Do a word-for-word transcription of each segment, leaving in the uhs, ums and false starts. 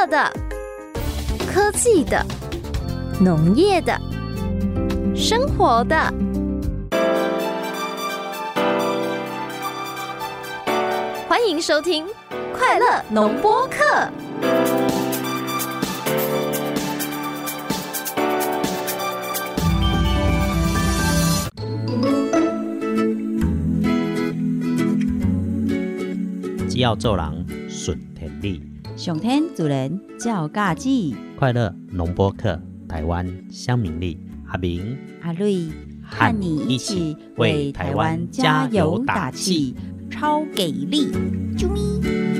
乐的、科技的、农业的、生活的。欢迎收听快乐农播课。 只要做人顺天理， 上天自然照家己。 快乐农播课，台湾乡民力，阿明、 阿瑞和你一起为台湾加油打气，超给力！啾咪！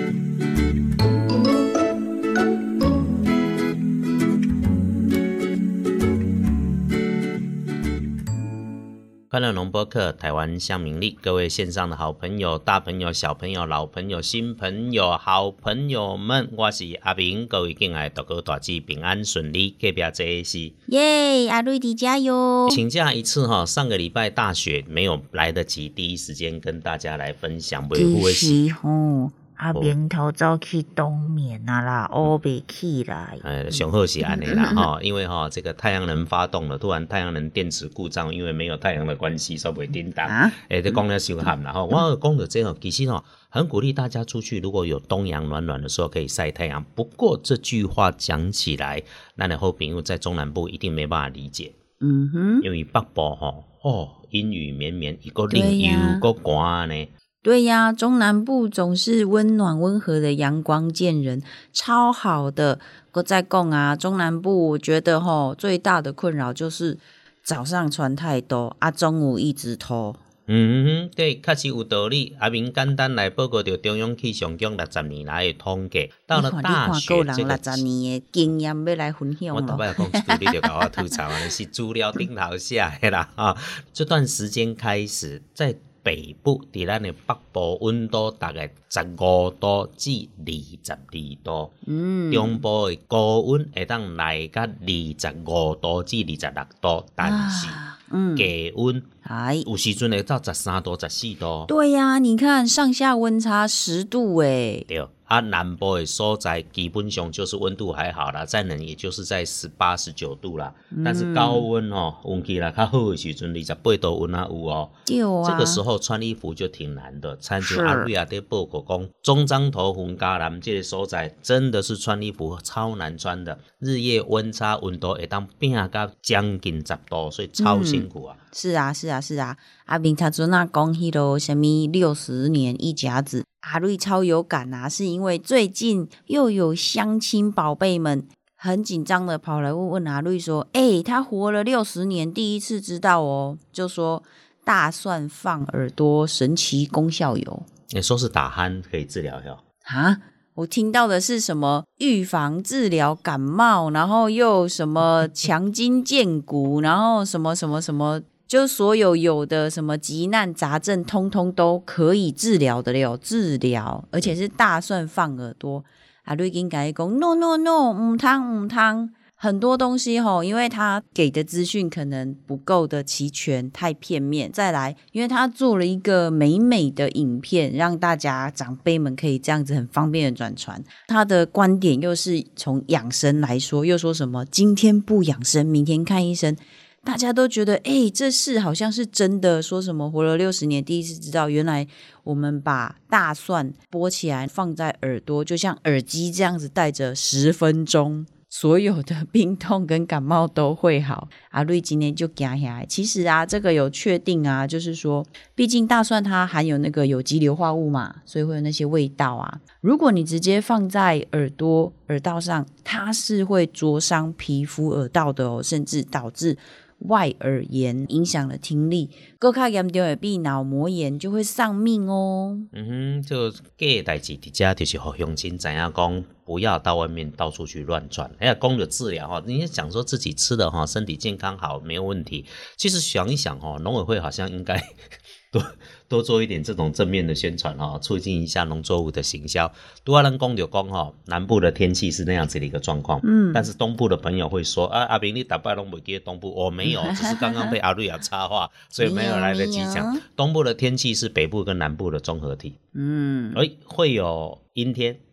快乐农播课，台湾乡民力，各位线上的好朋友、大朋友、小朋友、老朋友、新朋友、好朋友们，我是阿明，各位敬爱大哥大姐平安顺利，隔壁这一是耶，阿瑞迪加油！ 请假一次哈，上个礼拜大雪没有来得及第一时间跟大家来分享维护的其实吼。阿明头早去冬眠啊啦，乌袂起来。 呃，上好是安尼啦哈，因为哈这个太阳能发动了，突然太阳能电池故障，因为没有太阳的关系，所以袂叮当。哎、啊，这讲了伤寒啦哈。我讲到这个，其实哈很鼓励大家出去，如果有东阳暖暖的时候可以晒太阳。不过这句话讲起来，咱的好朋友在中南部一定没办法理解。 嗯哼， 因为北部哈哦阴雨绵绵，一个冷又个寒呢。 对呀，中南部总是温暖温和的阳光见人，超好的。我再讲啊，中南部我觉得吼最大的困扰就是早上穿太多，啊中午一直拖。 嗯哼，对，确实有道理。阿明简单来报告着中央气象局六十年来的统计，到了大学这个， 你看你看够人六十年的经验要来分享我头摆讲一句，你就甲我吐槽啊，是资料顶头写的啦啊！这段时间开始在。北部伫咱的北部温度大概十五度至二十二度，嗯，中部的高温会当来到二十五度至二十六度，但是低温有时阵会到十三度、十四度。 对呀、啊，你看上下温差十度诶。 对。啊，南部的所在基本上就是温度还好啦，再冷也就是在十八、十九度啦。嗯、但是高温哦，运气啦较好的时阵，二十八度温啊有哦。对啊。这个时候穿衣服就挺难的。参照阿瑞亚在报告讲，中彰投云嘉南这个所在真的是穿衣服超难穿的，日夜温差温度会当变到将近十度，所以超辛苦啊。 嗯、是啊，是啊，是啊。阿明他昨那讲迄落什么六十年一甲子。阿瑞超有感啊，是因为最近又有乡亲宝贝们很紧张的跑来问问阿瑞说：“哎、欸，他活了六十年，第一次知道哦。”就说大蒜放耳朵神奇功效有。 你、欸、说是打鼾可以治疗哟？ 啊，我听到的是什么预防治疗感冒，然后又什么强筋健骨，然后什么什么什么。就所有有的什么急难杂症，通通都可以治疗的了，治疗，而且是大蒜放耳朵。阿瑞金改讲 ，no no no， 唔汤唔汤，很多东西吼，因为他给的资讯可能不够的齐全，太片面。再来，因为他做了一个美美的影片，让大家长辈们可以这样子很方便的转传。他的观点又是从养生来说，又说什么今天不养生，明天看医生。大家都觉得哎、欸，这事好像是真的，说什么活了六十年第一次知道原来我们把大蒜剥起来放在耳朵，就像耳机这样子戴着十分钟，所有的病痛跟感冒都会好。阿瑞今天就惊下来，其实啊这个有确定啊，就是说毕竟大蒜它含有那个有机硫化物嘛，所以会有那些味道啊。如果你直接放在耳朵耳道上，它是会灼伤皮肤耳道的哦，甚至导致外耳炎，影响了听力，更加严重的比脑膜炎就会丧命哦。 嗯哼，就假的代志，伫遮就是互乡亲知影讲，不要到外面到处去乱窜。哎呀，讲的治疗哈，你想说自己吃的哈，身体健康好没有问题。其实想一想哈，农委会好像应该多多做一点这种正面的宣传哈，促进一下农作物的行销。拄仔咱讲就讲哈，南部的天气是那样子的一个状况，嗯，但是东部的朋友会说啊，阿明你打败拢袂记东部，我、哦、没有，只是刚刚被阿瑞亚插话，所以没有来得及讲。东部的天气是北部跟南部的综合体，嗯，而会有阴天。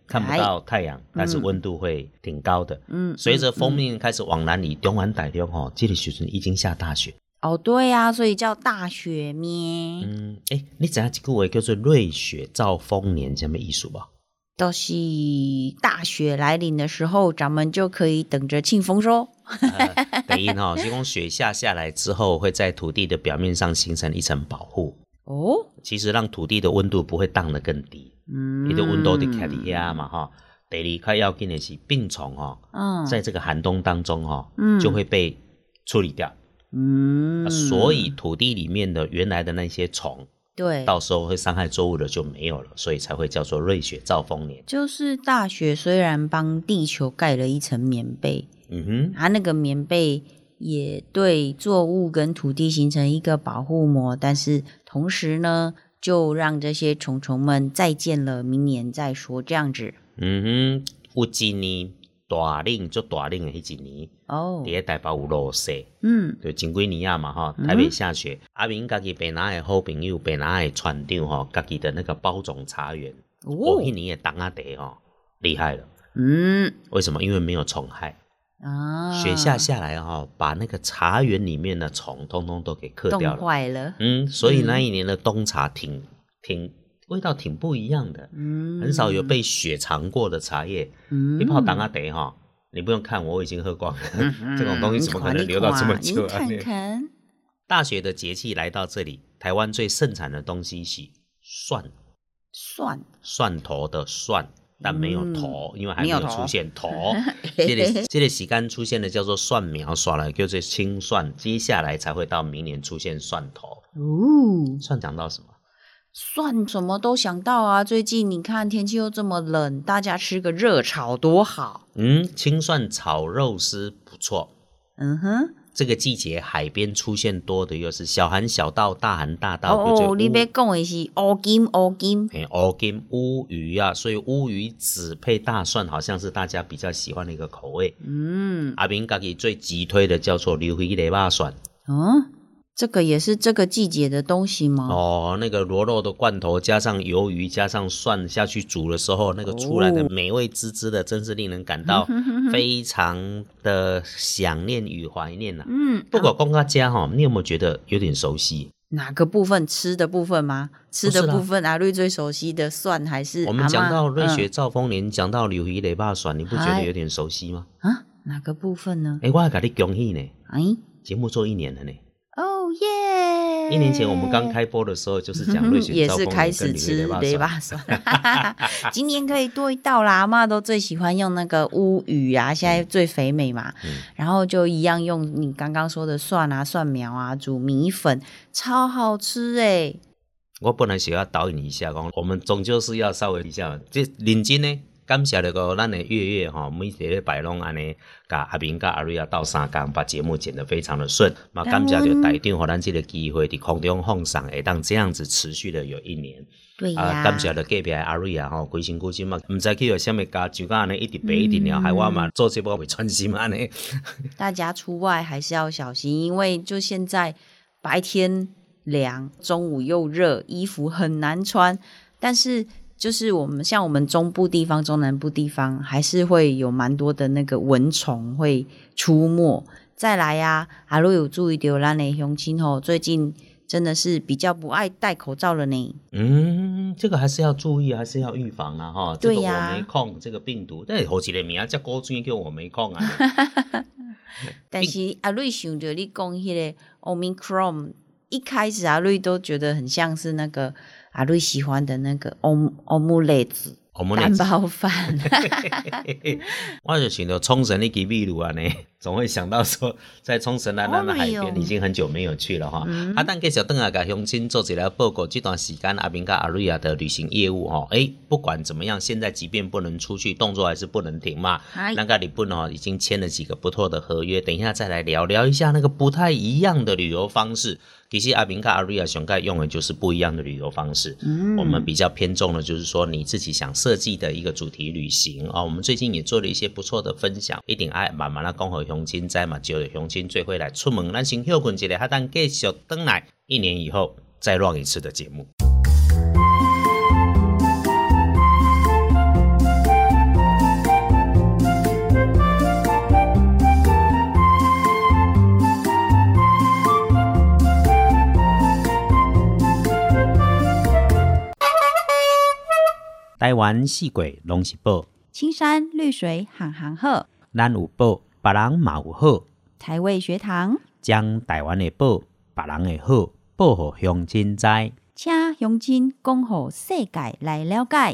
看不到太阳，但是温度会挺高的。嗯，随着锋面开始往南移，中南台中哦，这个时阵已经下大雪。 哦，对啊，所以叫大雪咩。 嗯，哎，你知道一句话叫做瑞雪兆丰年，什么意思吧？ 都是大雪来临的时候，咱们就可以等着庆丰收。 呃，等于哈，是讲雪下下来之后，会在土地的表面上形成一层保护。哦，其实让土地的温度不会荡得更低。嗯，你的温度就卡在遐嘛哈。第二，较要紧的是病虫哦，嗯，在这个寒冬当中哈，嗯，就会被处理掉。嗯，所以土地里面的原来的那些虫。对，到时候会伤害作物的就没有了，所以才会叫做瑞雪兆丰年。 就是大雪虽然帮地球盖了一层棉被，嗯哼，它那个棉被也对作物跟土地形成一个保护膜，但是同时呢，就让这些虫虫们再见了，明年再说这样子。 嗯哼，有一年大冷做大冷的迄一年，哦，伫台北有落雪，嗯，就前几年啊嘛哈，台北下雪。嗯、阿明家己北南的好朋友，北南的船长哈，家己的那个包种茶园，哦，一年的当阿地哈，厉害了。嗯，为什么？因为没有虫害啊，雪下下来哈，把那个茶园里面的虫通通都给克掉了， 冻坏了。 嗯，所以那一年的冬茶挺挺。味道挺不一样的，嗯，很少有被雪藏过的茶叶。嗯，一泡当阿得哈，你不用看，我已经喝光了。嗯、这种东西怎么可能留到这么久啊？ 你看看， 大雪的节气来到这里，台湾最盛产的东西是蒜， 蒜， 蒜头的蒜，但没有头，嗯、因为还没有出现头。这个这个时间出现的叫做蒜苗，刷来叫做青蒜，接下来才会到明年出现蒜头。哦，蒜讲到什么？ 蒜什么都想到啊！最近你看天气又这么冷，大家吃个热炒多好。 嗯，青蒜炒肉丝不错。嗯哼，这个季节海边出现多的又是小寒小稻、大寒大稻。 哦，你要讲的是乌金乌金。 嘿，乌金乌鱼啊，所以乌鱼子配大蒜，好像是大家比较喜欢的一个口味。嗯，阿明家己最急推的叫做流鱼雷霸蒜。 嗯。这个也是这个季节的东西吗？ 哦，那个螺肉的罐头加上鱿鱼加上蒜下去煮的时候，那个出来的美味滋滋的，真是令人感到非常的想念与怀念呐、啊。嗯，不过公家家哈，你有没有觉得有点熟悉？ 哪个部分？吃的部分吗？吃的部分，阿瑞最熟悉的蒜还是我们讲到瑞雪兆丰年，讲、嗯、到柳鱼雷霸蒜，你不觉得有点熟悉吗？ 啊，哪个部分呢？ 哎、欸，我还给你恭喜呢！哎，节目做一年了呢。 哦耶！ 一年前我们刚开播的时候，就是讲瑞雪兆丰年跟也是开始吃雷霸蒜。今年可以多一道啦，阿嬷都最喜欢用那个乌鱼啊，现在最肥美嘛。嗯、然后就一样用你刚刚说的蒜啊、蒜苗啊煮米粉，超好吃哎。 我本来想要导引一下，讲我们终究是要稍微一下，这认真呢。感谢那个咱的月月哈，每一个礼拜拢安尼，甲阿明甲阿瑞亚斗三工，把节目剪得非常的顺。嘛，感谢就台长，互咱这个机会伫空中放送，会当这样子持续的有一年。 对呀、 啊。感谢就隔壁的阿瑞亚吼，规身躯心嘛，唔知去有虾米家，就讲安尼一直白一直聊，害我嘛做节目会穿心安尼。 大家出外还是要小心，因为就现在白天凉，中午又热，衣服很难穿，但是。就是我们像我们中部地方、中南部地方，还是会有蛮多的那个蚊虫会出没。再来呀、啊，阿如有注意到咱的乡亲吼，最近真的是比较不爱戴口罩了呢。 嗯，这个还是要注意，还是要预防啦哈。对呀、啊，这个我没空，这个病毒，但好一个名叫高专叫我没空啊。 但是阿瑞想着你讲迄个 Omicron， 一开始阿瑞都觉得很像是那个。阿瑞喜欢的那个欧欧姆雷子蛋包饭， 我就想到冲绳那支秘鲁啊呢，总会想到说，在冲绳南南的海边已经很久没有去了哈。嗯、啊，但继续等下甲乡亲做一个报告，这段时间阿明跟阿瑞亚的旅行业务哈，哎，不管怎么样，现在即便不能出去，动作还是不能停嘛。那个日本哦，已经签了几个不错的合约，等一下再来聊聊一下那个不太一样的旅游方式。其实阿明跟阿瑞亚熊盖用的就是不一样的旅游方式，嗯、我们比较偏重的就是说你自己想设计的一个主题旅行啊、哦。我们最近也做了一些不错的分享，一定爱慢慢的讲给乡亲知嘛，就乡亲最会来出门，咱先休困一下，哈，等继续回来一年以后再 run 一次的节目。 台湾四季拢是宝， 青山绿水行行好， 咱有宝，别人嘛有好。 台味学堂将台湾的宝，别人的好，报互乡亲知。 请乡亲讲互世界来了解。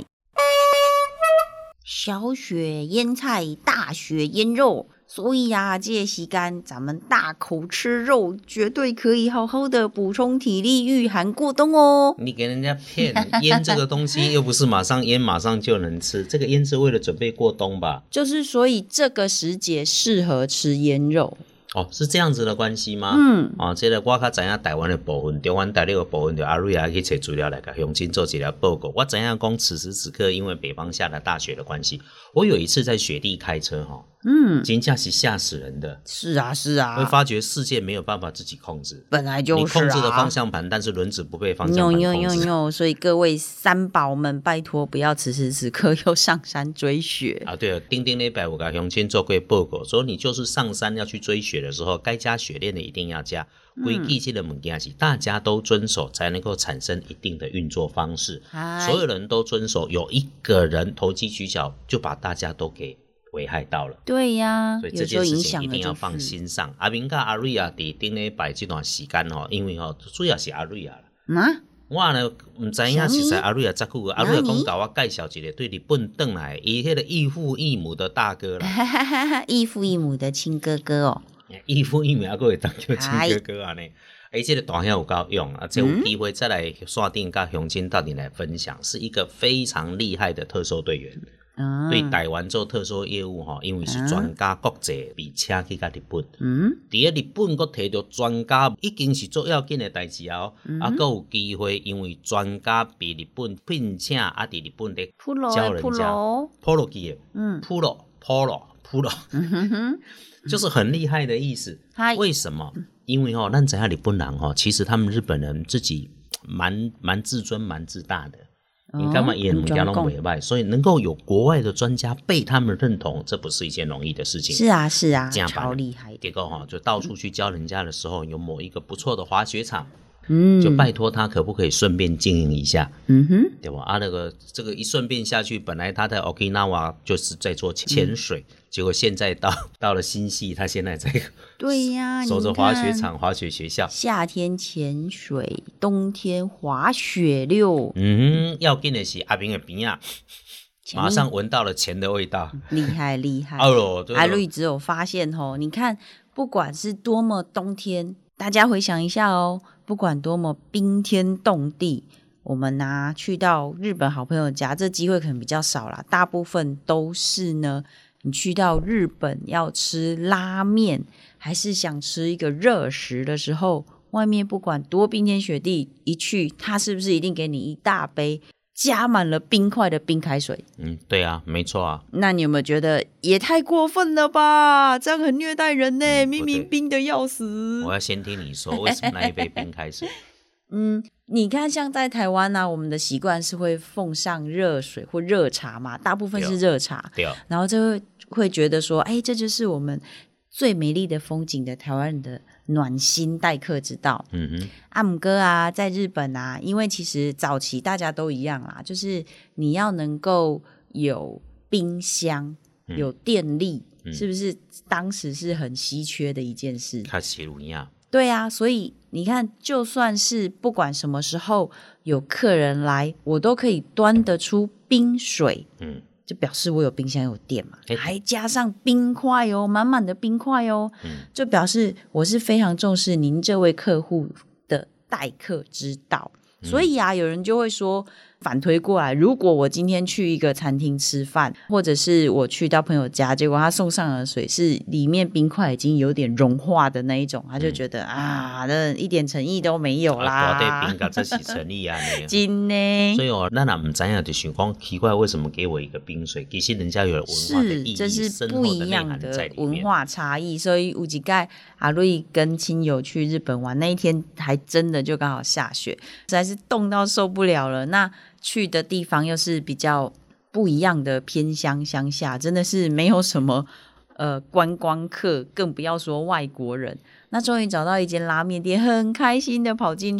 小雪腌菜，大雪腌肉，所以啊，这个时间咱们大口吃肉，绝对可以好好的补充体力，御寒过冬哦。 你给人家骗腌这个东西，又不是马上腌马上就能吃，这个腌是为了准备过冬吧？ 就是所以这个时节适合吃腌肉。 哦，是这样子的关系吗？ 嗯， 哦，这个我较知影台湾的部分，台湾大陆的部分，就阿瑞亚去找资料来给乡亲做一条报告。我怎样讲？此时此刻，因为北方下了大雪的关系，我有一次在雪地开车哈， 嗯， 真的是吓死人的。 是啊，是啊， 会发觉世界没有办法自己控制， 本来就是、啊、 你控制了方向盘，但是轮子不被方向盘控制。 呦呦呦呦所以各位三宝们，拜托不要此时此刻又上山追雪啊！对了，丁丁那百五个乡亲做过报告，说你就是上山要去追雪的时候，该加雪链的一定要加。规矩这个物件是大家都遵守，才能够产生一定的运作方式。所有人都遵守，有一个人投机取巧，就把大家都给危害到了。 对呀， 所以这件事情一定要放心上。阿明跟阿瑞亚伫顶礼拜这段时间吼，因为吼主要是阿瑞亚啦。啊，我呢唔知影是在阿瑞亚遮久，阿瑞亚讲甲我介绍一个对日本回来，伊迄个异父异母的大哥啦， 异父异母的亲哥哥哦。 异父异母还佫会当叫亲哥哥安尼，哎，这个大兄有够用啊！这有机会再来线顶甲乡亲到底来分享，是一个非常厉害的特搜队员。嗯、对台湾做特搜业务哈，因为是专家国际被请去甲日本。嗯，伫咧日本佫摕到专家，已经是做要紧的代志哦。嗯、啊，佫有机会，因为专家被日本聘请，啊，伫日本咧教人家 polo 机的，嗯 ，polo polo polo。就是很厉害的意思。为什么？因为哦，咱知影日本人哦，其实他们日本人自己蛮蛮自尊、蛮自大的。哦、你干嘛也物件拢袂歹，所以能够有国外的专家被他们认同，这不是一件容易的事情。 是啊，是啊，超厉害。 结果哈、哦，就到处去教人家的时候，有某一个不错的滑雪场。嗯，就拜托他可不可以顺便经营一下，嗯哼，对吧？啊，那个这个一顺便下去，本来他在 Okinawa 就是在做潜水，嗯、结果现在到到了新系，他现在在对呀、啊， 守着滑雪场、滑雪学校， 夏天潜水，冬天滑雪溜。 嗯，要紧的是阿平的边啊，马上闻到了钱的味道， 厉害厉害！ 哦， 阿瑞只有发现哦，你看，不管是多么冬天，大家回想一下哦。不管多么冰天冻地，我们啊去到日本好朋友家，这机会可能比较少啦，大部分都是呢，你去到日本要吃拉面，还是想吃一个热食的时候，外面不管多冰天雪地，一去他是不是一定给你一大杯加满了冰块的冰开水？ 嗯，对啊，没错啊。 那你有没有觉得也太过分了吧？这样很虐待人呢、嗯，明明冰的要死。 我要先听你说，为什么那一杯冰开水？ 嗯，你看，像在台湾啊，我们的习惯是会奉上热水或热茶嘛，大部分是热茶， 对， 然后就会会觉得说，哎，这就是我们最美丽的风景的台湾人的暖心待客之道。嗯哼，阿姆哥啊，在日本啊，因为其实早期大家都一样啦，就是你要能够有冰箱、嗯、有电力、嗯，是不是当时是很稀缺的一件事？ 开始如一样。 对啊，所以你看，就算是不管什么时候有客人来，我都可以端得出冰水。嗯。就表示我有冰箱有电嘛，还加上冰块哦，满满的冰块哦、嗯，就表示我是非常重视您这位客户的待客之道。嗯、所以啊，有人就会说，反推过来，如果我今天去一个餐厅吃饭，或者是我去到朋友家，结果他送上的水是里面冰块已经有点融化的那一种，他就觉得、嗯、啊，那一点诚意都没有啦。 大对冰这是诚意啊， 真的。 所以哦，咱也不知道就想讲奇怪，为什么给我一个冰水？其实人家有文化的意义， 这是不一样的文化差异。所以有一次阿瑞跟亲友去日本玩，那一天还真的就刚好下雪，实在是冻到受不了了。那去的地方又是比较不一样的偏乡乡下，真的是没有什么呃观光客，更不要说外国人。那终于找到一间拉面店，很开心的跑进去，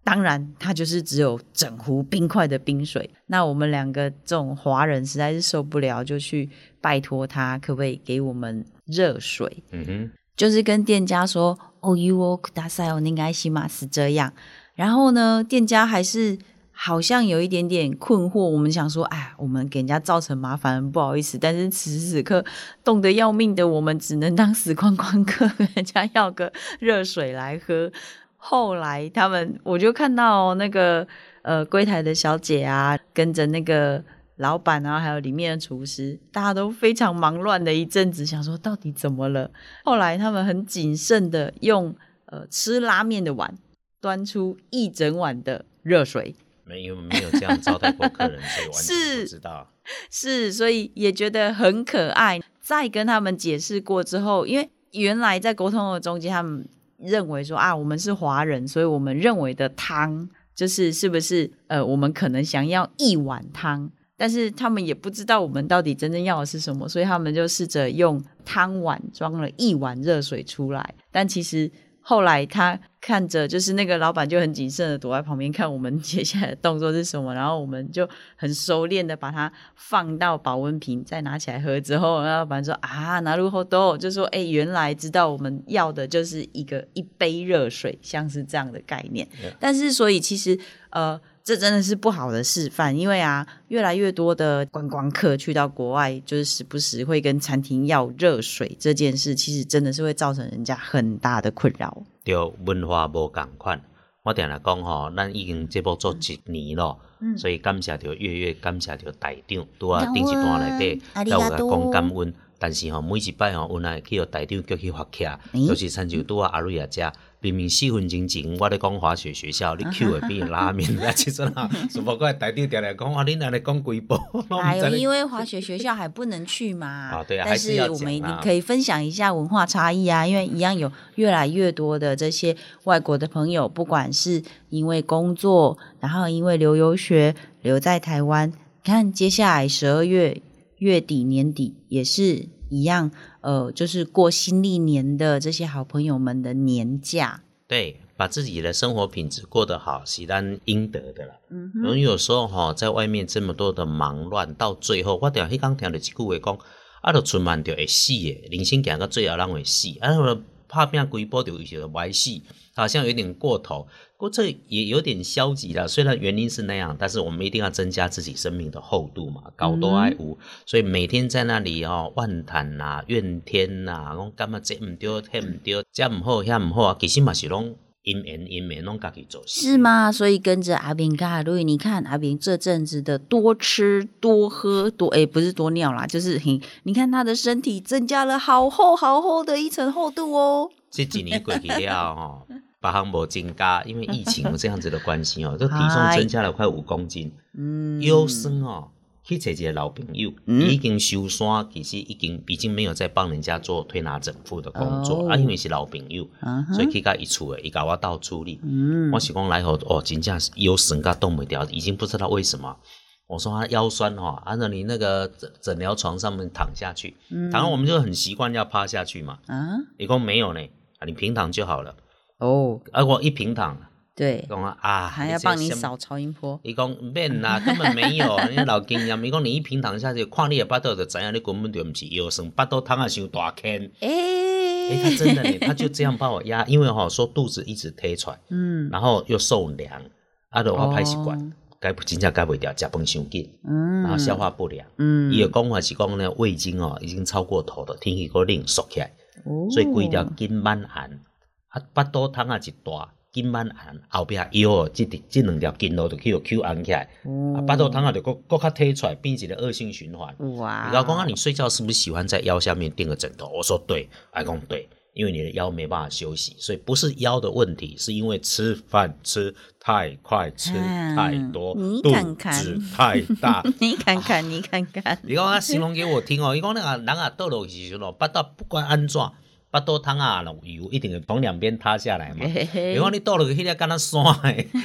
当然它就是只有整壶冰块的冰水。那我们两个这种华人实在是受不了，就去拜托他可不可以给我们热水。 嗯哼， 就是跟店家说哦 you o kudasai o negai shimasu 这样。然后呢，店家还是好像有一点点困惑，我们想说哎，我们给人家造成麻烦不好意思，但是此时此刻冻得要命的我们只能当死观光客，跟人家要个热水来喝。后来他们我就看到那个呃柜台的小姐啊，跟着那个老板啊，还有里面的厨师，大家都非常忙乱的一阵子，想说到底怎么了。后来他们很谨慎的用呃吃拉面的碗端出一整碗的热水。 没有没有这样招待过客人，所以完全不知道。 是，所以也觉得很可爱。再跟他们解释过之后，因为原来在沟通的中间，他们认为说啊，我们是华人，所以我们认为的汤就是是不是呃，我们可能想要一碗汤，但是他们也不知道我们到底真正要的是什么，所以他们就试着用汤碗装了一碗热水出来。但其实后来他看着，就是那个老板就很谨慎的躲在旁边看我们接下来的动作是什么，然后我们就很熟练的把它放到保温瓶，再拿起来喝之后，老板说啊なるほど，就说哎，原来知道我们要的就是一个一杯热水，像是这样的概念。Yeah. 但是所以其实呃这真的是不好的示范，因为啊，越来越多的观光客去到国外，就是时不时会跟餐厅要热水这件事，其实真的是会造成人家很大的困扰。 对，文化不同款。我定来讲吼，咱已经节目做一年了，嗯、所以感谢着月月，感谢着台长，拄啊顶一段内底，要有讲感恩。但是吼，每一摆吼，有来去互台长叫去发卡，就是亲像拄啊阿瑞亚遮。明明四分钟前我咧讲滑雪学校，你 Q 的比拉面，那其实啊，什么怪台长定来讲，哇，你哪来讲规波？ 还有，因为滑雪学校还不能去嘛， 啊，对啊， 但是我们一定可以分享一下文化差异啊，因为一样有越来越多的这些外国的朋友，不管是因为工作，然后因为留游学留在台湾，看接下来十二月月底年底也是一样。呃，就是过新历年的这些好朋友们的年假， 对，把自己的生活品质过得好，是咱应得的啦。嗯哼，因为有时候哈、哦，在外面这么多的忙乱，到最后我定迄刚听到一句话讲，啊，就春晚就会死的，人生行到最后人会死，啊，拍拼规波就就歪死，好像有点过头。不过这也有点消极啦，虽然原因是那样，但是我们一定要增加自己生命的厚度嘛，高多爱无、嗯，所以每天在那里哦万叹呐、怨天呐，讲干嘛这唔对，那唔对，这唔好，那唔好啊，其实嘛是拢因缘因缘拢家己做事， 是吗？所以跟着阿明跟阿瑞，你看阿明这阵子的多吃多喝多，诶不是多尿啦，就是你看他的身体增加了好厚好厚的一层厚度哦。 这几年过去了哦。别项无增加，因为疫情这样子的关系哦，这体重增加了快五公斤。嗯，腰酸哦，去找一个老朋友，嗯、已经收山，其实已经已经没有在帮人家做推拿整复的工作、哦、啊，因为是老朋友，嗯、所以去到一处诶，伊甲我倒处理。嗯，我是讲来后哦，真正是腰酸甲动不了，已经不知道为什么。我说他腰酸哈、哦，按照你那个诊疗床上面躺下去，嗯、躺我们就很习惯要趴下去嘛。啊，你说没有呢，你平躺就好了。哦，啊，我一平躺， 对， 讲啊， 还要帮你扫超音波。 伊讲免啦，根本没有，你老经验。伊讲你一平躺下去，看你的巴肚就知影，你根本就不是腰酸，巴肚躺啊伤大坑。哎、欸，哎、欸，他真的呢，他就这样帮我压，因为哈、哦、说肚子一直推出来，嗯，然后又受凉，啊，就我歹习惯，改真正改不掉，吃饭伤紧，嗯，然后消化不良，嗯，伊的讲法是讲呢，胃经哦已经超过头了，天气个冷缩起来，哦，所以规条筋满寒。啊，巴肚汤啊一大，筋满寒，后壁腰哦，这这两条筋路就去互 Q 按起来，哦、啊，巴肚汤啊就搁搁较推出来，变一个恶性循环。哇！你刚讲啊，你睡觉是不是喜欢在腰下面垫个枕头？我说对，I讲对，因为你的腰没办法休息，所以不是腰的问题，是因为吃饭吃太快，吃太多，嗯、 你看看肚子太大， 你看看，你看看。 你讲他形容给我听哦，伊讲那个人啊倒落去时阵哦，巴肚不管安怎。巴肚汤啊，油一定会从两边塌下来嘛。如果你倒落去，迄个敢若山诶，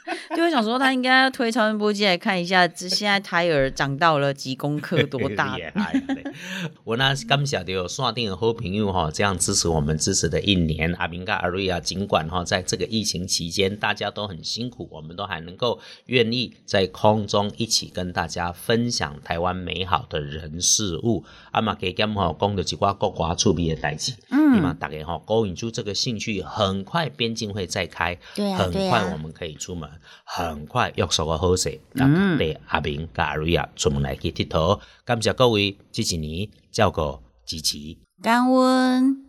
就会想说他应该要推超声波机来看一下，这现在胎儿长到了几公克多大。 我呢感谢到线顶的好朋友哈，这样支持我们支持的一年。阿明跟阿瑞亚，尽管哈在这个疫情期间大家都很辛苦，我们都还能够愿意在空中一起跟大家分享台湾美好的人事物。啊嘛加减哈讲到一寡国外趣味的代志，嗯，嘛大家哈勾引出这个兴趣，很快边境会再开， 对啊， 很快我们可以出门，很快约束个好势，嗯，对阿明跟阿瑞亚出门来去佚佗。感谢各位这一年照顾支持， 感恩。